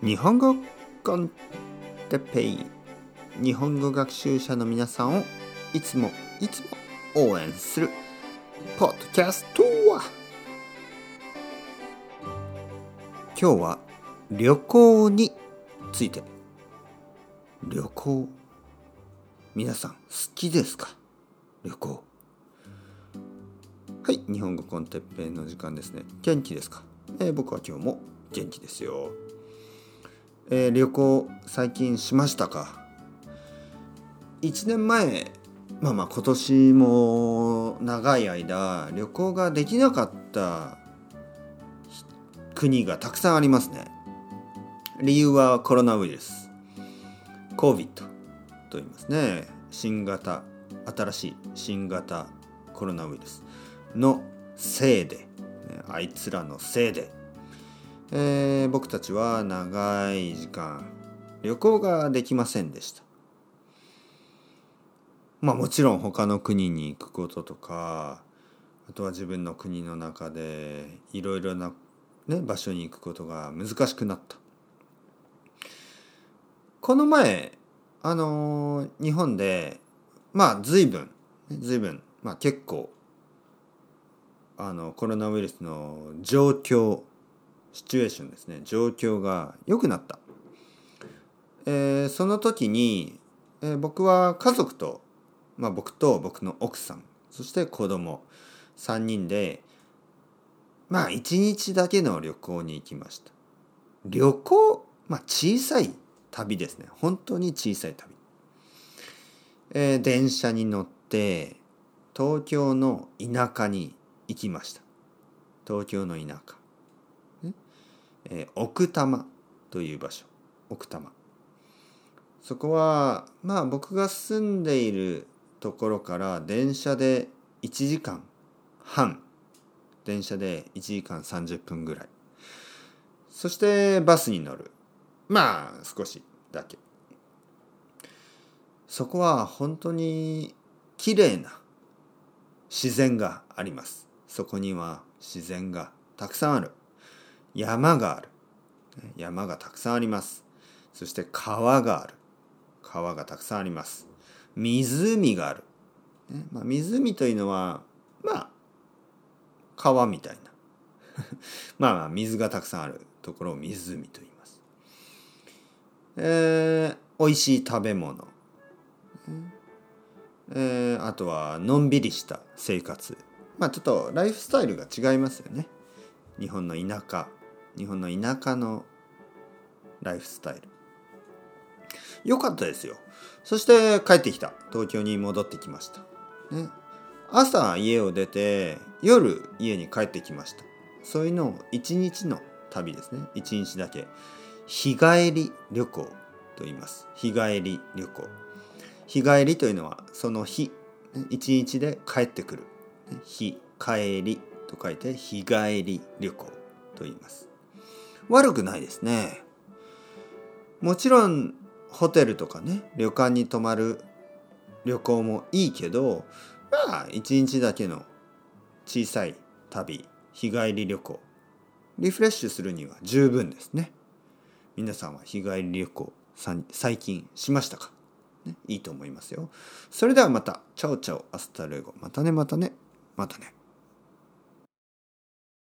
日本語コンテペイ、日本語学習者の皆さんをいつも応援するポッドキャストは、今日は旅行について。旅行、皆さん好きですか？旅行。はい、日本語コンテッペイの時間ですね。元気ですか？僕は今日も元気ですよ。旅行最近しましたか？1年前、今年も長い間旅行ができなかった国がたくさんありますね。理由はコロナウイルス、COVID と言いますね。新しい新型コロナウイルスのせいで、あいつらのせいで、僕たちは長い時間旅行ができませんでした。もちろん他の国に行くこととか、あとは自分の国の中でいろいろな、場所に行くことが難しくなった。この前日本で随分結構コロナウイルスのシチュエーションですね、状況が良くなった。その時に、僕は家族と、僕と僕の奥さん、そして子供3人で1日だけの旅行に行きました。旅行、小さい旅ですね。本当に小さい旅。電車に乗って東京の田舎に行きました。東京の田舎、奥多摩という場所。奥多摩、そこは僕が住んでいるところから電車で1時間半、電車で1時間30分ぐらい、そしてバスに乗る、少しだけ。そこは本当に綺麗な自然があります。そこには自然がたくさんある。山がある。山がたくさんあります。そして川がある。川がたくさんあります。湖がある。湖というのは川みたいな水がたくさんあるところを湖と言います。美味しい食べ物、あとはのんびりした生活。ちょっとライフスタイルが違いますよね。日本の田舎のライフスタイル。良かったですよ。そして帰ってきた。東京に戻ってきました。朝家を出て夜家に帰ってきました。そういうのを一日の旅ですね。一日だけ。日帰り旅行と言います。日帰り旅行。日帰りというのはその日、一日で帰ってくる。日帰りと書いて日帰り旅行と言います。悪くないですね。もちろんホテルとか旅館に泊まる旅行もいいけど、一日だけの小さい旅、日帰り旅行、リフレッシュするには十分ですね。皆さんは日帰り旅行最近しましたか？いいと思いますよ。それではまた。チャオチャオ、アスタルエゴ。またね。